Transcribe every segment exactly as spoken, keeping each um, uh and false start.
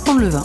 Apprendre le vin.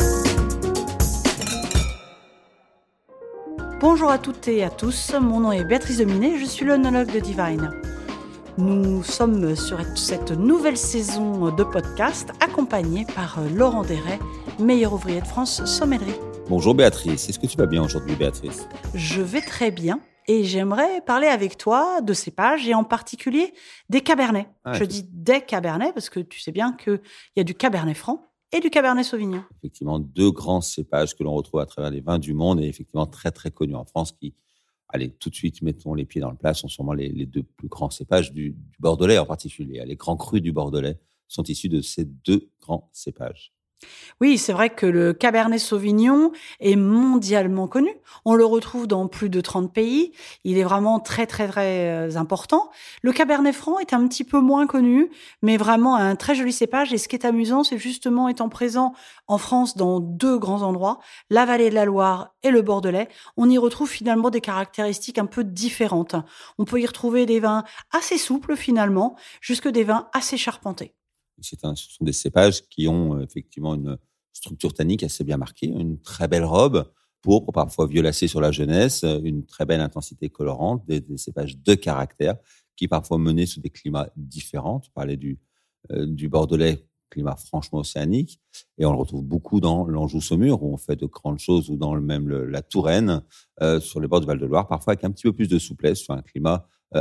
Bonjour à toutes et à tous, mon nom est Béatrice Dominé, je suis l'œnologue de Divine. Nous sommes sur cette nouvelle saison de podcast accompagnée par Laurent Desrets, meilleur ouvrier de France sommellerie. Bonjour Béatrice, est-ce que tu vas bien aujourd'hui Béatrice ? Je vais très bien et j'aimerais parler avec toi de cépages et en particulier des cabernets. Ah, Je dis des cabernets parce que tu sais bien qu'il y a du cabernet franc et du cabernet sauvignon. Effectivement, deux grands cépages que l'on retrouve à travers les vins du monde et effectivement très très connus en France qui, allez, tout de suite, mettons les pieds dans le plat, sont sûrement les, les deux plus grands cépages du, du Bordelais en particulier. Les grands crus du Bordelais sont issus de ces deux grands cépages. Oui, c'est vrai que le Cabernet Sauvignon est mondialement connu. On le retrouve dans plus de trente pays. Il est vraiment très, très, très important. Le Cabernet Franc est un petit peu moins connu, mais vraiment un très joli cépage. Et ce qui est amusant, c'est justement étant présent en France dans deux grands endroits, la vallée de la Loire et le Bordelais, on y retrouve finalement des caractéristiques un peu différentes. On peut y retrouver des vins assez souples finalement, jusque des vins assez charpentés. C'est un, ce sont des cépages qui ont effectivement une structure tannique assez bien marquée, une très belle robe, pourpre, parfois violacée sur la jeunesse, une très belle intensité colorante, des, des cépages de caractère qui parfois menés sous des climats différents. Tu parlais du, euh, du Bordelais, climat franchement océanique, et on le retrouve beaucoup dans l'Anjou-Saumur où on fait de grandes choses, ou dans le même le, la Touraine, euh, sur les bords du Val-de-Loire, parfois avec un petit peu plus de souplesse sur un climat Euh,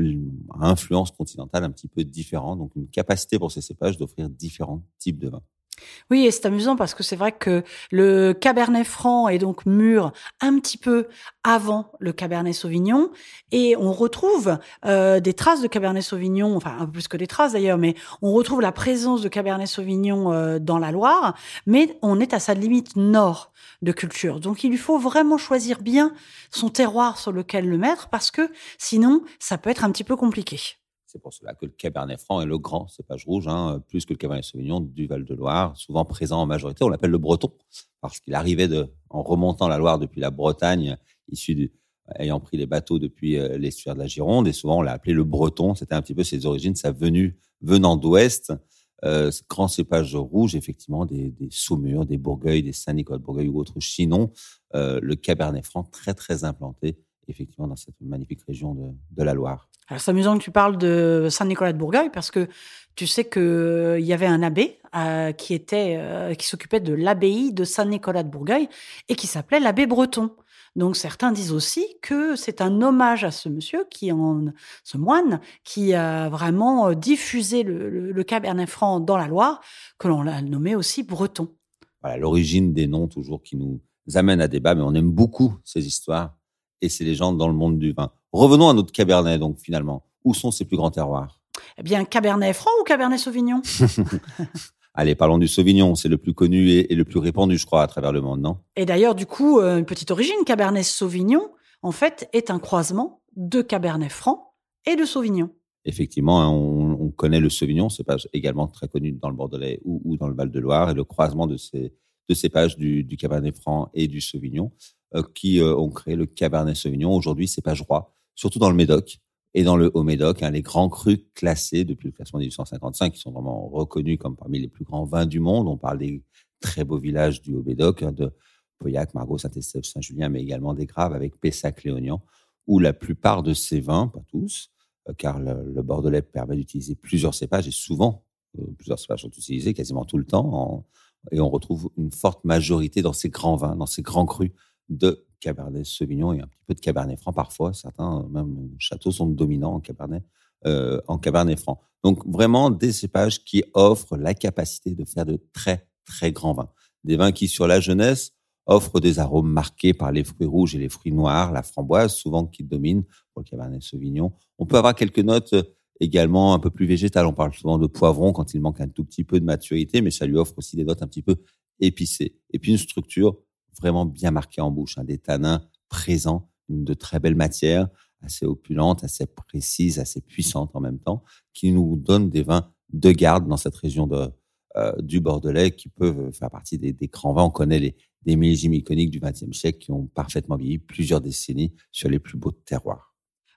à influence continentale un petit peu différente, donc une capacité pour ces cépages d'offrir différents types de vins. Oui, et c'est amusant parce que c'est vrai que le Cabernet Franc est donc mûr un petit peu avant le Cabernet Sauvignon et on retrouve euh, des traces de Cabernet Sauvignon, enfin un peu plus que des traces d'ailleurs, mais on retrouve la présence de Cabernet Sauvignon euh, dans la Loire, mais on est à sa limite nord de culture. Donc il lui faut vraiment choisir bien son terroir sur lequel le mettre parce que sinon ça peut être un petit peu compliqué. C'est pour cela que le Cabernet Franc est le grand cépage rouge, hein, plus que le Cabernet Sauvignon du Val-de-Loire, souvent présent en majorité. On l'appelle le breton, parce qu'il arrivait de, en remontant la Loire depuis la Bretagne, issu du, ayant pris les bateaux depuis euh, l'estuaire de la Gironde, et souvent on l'a appelé le breton. C'était un petit peu ses origines, sa venue venant d'ouest. Euh, ce grand cépage rouge, effectivement, des, des Saumur, des Bourgueil, des Saint-Nicolas de Bourgueil ou autres chinons, euh, le Cabernet Franc très très implanté, effectivement, dans cette magnifique région de, de la Loire. Alors, c'est amusant que tu parles de Saint-Nicolas de Bourgueil parce que tu sais qu'il euh, y avait un abbé euh, qui, était, euh, qui s'occupait de l'abbaye de Saint-Nicolas de Bourgueil et qui s'appelait l'abbé Breton. Donc, certains disent aussi que c'est un hommage à ce monsieur, qui en, ce moine, qui a vraiment diffusé le, le, le Cabernet Franc dans la Loire, que l'on l'a nommé aussi Breton. Voilà, l'origine des noms toujours qui nous amène à débat, mais on aime beaucoup ces histoires et ces légendes dans le monde du vin. Revenons à notre Cabernet, donc, finalement. Où sont ses plus grands terroirs ? Eh bien, Cabernet Franc ou Cabernet Sauvignon ? Allez, parlons du Sauvignon. C'est le plus connu et, et le plus répandu, je crois, à travers le monde, non ? Et d'ailleurs, du coup, euh, une petite origine, Cabernet Sauvignon, en fait, est un croisement de Cabernet Franc et de Sauvignon. Effectivement, hein, on, on connaît le Sauvignon, cépage également très connu dans le Bordelais ou, ou dans le Val-de-Loire, et le croisement de ces deux cépages du, du Cabernet Franc et du Sauvignon euh, qui euh, ont créé le Cabernet Sauvignon, aujourd'hui cépage roi, surtout dans le Médoc et dans le Haut-Médoc, hein, les grands crus classés depuis le classement dix-huit cent cinquante-cinq, qui sont vraiment reconnus comme parmi les plus grands vins du monde. On parle des très beaux villages du Haut-Médoc, hein, de Pauillac, Margaux, Saint-Estèphe, Saint-Julien, mais également des Graves avec Pessac-Léognan, où la plupart de ces vins, pas tous, euh, car le, le Bordelais permet d'utiliser plusieurs cépages, et souvent, euh, plusieurs cépages sont utilisés quasiment tout le temps, en, et on retrouve une forte majorité dans ces grands vins, dans ces grands crus de Cabernet Sauvignon et un petit peu de Cabernet Franc parfois. Certains, même châteaux, sont dominants en Cabernet, euh, en Cabernet Franc. Donc, vraiment des cépages qui offrent la capacité de faire de très, très grands vins. Des vins qui, sur la jeunesse, offrent des arômes marqués par les fruits rouges et les fruits noirs, la framboise, souvent qui domine pour le Cabernet Sauvignon. On peut avoir quelques notes également un peu plus végétales. On parle souvent de poivron quand il manque un tout petit peu de maturité, mais ça lui offre aussi des notes un petit peu épicées. Et puis, une structure vraiment bien marquée en bouche, hein, des tanins présents, de très belles matières, assez opulentes, assez précises, assez puissantes en même temps, qui nous donnent des vins de garde dans cette région de, euh, du Bordelais, qui peuvent faire partie des, des grands vins. On connaît les, des millésimes iconiques du vingtième siècle qui ont parfaitement vieilli plusieurs décennies sur les plus beaux terroirs.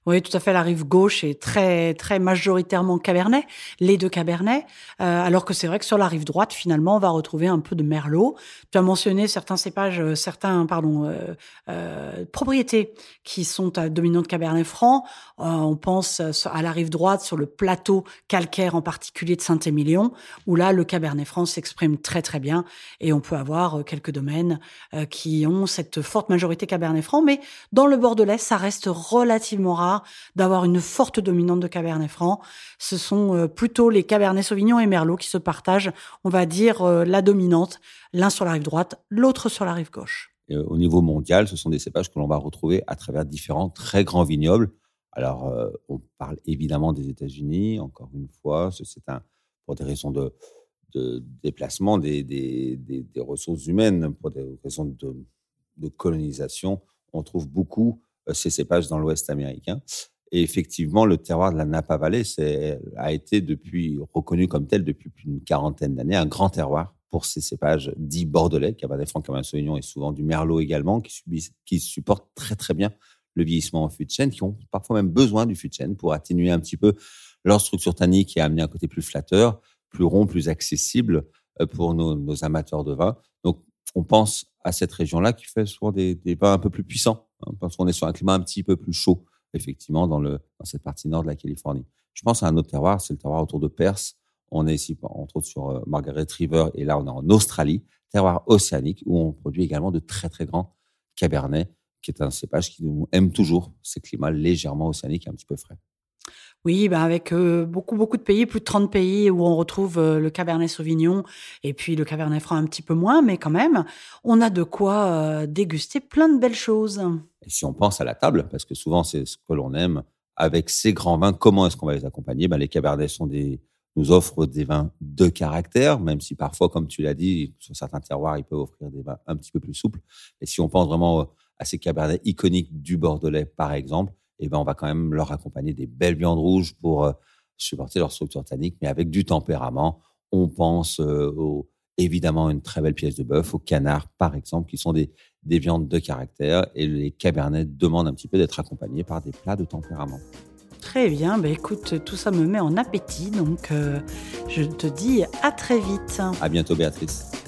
Oui, tout à fait. La rive gauche est très, très majoritairement cabernet, les deux cabernets, euh, alors que c'est vrai que sur la rive droite, finalement, on va retrouver un peu de merlot. Tu as mentionné certains cépages, euh, certains, pardon, euh, euh, propriétés qui sont à dominante cabernet franc. Euh, on pense à la rive droite, sur le plateau calcaire en particulier de Saint-Émilion, où là, le cabernet franc s'exprime très, très bien, et on peut avoir quelques domaines euh, qui ont cette forte majorité cabernet franc, mais dans le Bordelais, ça reste relativement rare d'avoir une forte dominante de cabernet franc. Ce sont euh, plutôt les cabernets sauvignon et merlot qui se partagent, on va dire, euh, la dominante, l'un sur la rive droite, l'autre sur la rive gauche. Et au niveau mondial, ce sont des cépages que l'on va retrouver à travers différents très grands vignobles. Alors, euh, on parle évidemment des États-Unis, encore une fois, c'est un, pour des raisons de, de déplacement des, des, des, des ressources humaines, pour des raisons de, de colonisation, on trouve beaucoup ces cépages dans l'Ouest américain. Et effectivement, le terroir de la Napa Valley c'est, a été depuis reconnu comme tel depuis plus d'une quarantaine d'années, un grand terroir pour ces cépages dits bordelais, Cabernet Franc, Cabernet Sauvignon et souvent du Merlot également, qui, subissent, qui supportent très très bien le vieillissement en fût de chêne, qui ont parfois même besoin du fût de chêne pour atténuer un petit peu leur structure tannique et amener un côté plus flatteur, plus rond, plus accessible pour nos, nos amateurs de vin. Donc, on pense à cette région-là qui fait souvent des, des vins un peu plus puissants, hein, parce qu'on est sur un climat un petit peu plus chaud, effectivement, dans, le, dans cette partie nord de la Californie. Je pense à un autre terroir, c'est le terroir autour de Perth. On est ici, entre autres, sur Margaret River, et là, on est en Australie, terroir océanique, où on produit également de très, très grands cabernets, qui est un cépage qui aime toujours ces climats légèrement océaniques et un petit peu frais. Oui, ben avec euh, beaucoup, beaucoup de pays, plus de trente pays où on retrouve euh, le Cabernet Sauvignon et puis le Cabernet Franc un petit peu moins, mais quand même, on a de quoi euh, déguster plein de belles choses. Et si on pense à la table, parce que souvent c'est ce que l'on aime, avec ces grands vins, comment est-ce qu'on va les accompagner? Ben, les cabernets sont des, nous offrent des vins de caractère, même si parfois, comme tu l'as dit, sur certains terroirs, ils peuvent offrir des vins un petit peu plus souples. Et si on pense vraiment à ces cabernets iconiques du Bordelais, par exemple, eh ben, on va quand même leur accompagner des belles viandes rouges pour euh, supporter leur structure tannique, mais avec du tempérament. On pense euh, au, évidemment à une très belle pièce de bœuf, au canard, par exemple, qui sont des, des viandes de caractère. Et les cabernets demandent un petit peu d'être accompagnés par des plats de tempérament. Très bien, ben écoute, tout ça me met en appétit, donc euh, je te dis à très vite. À bientôt, Béatrice.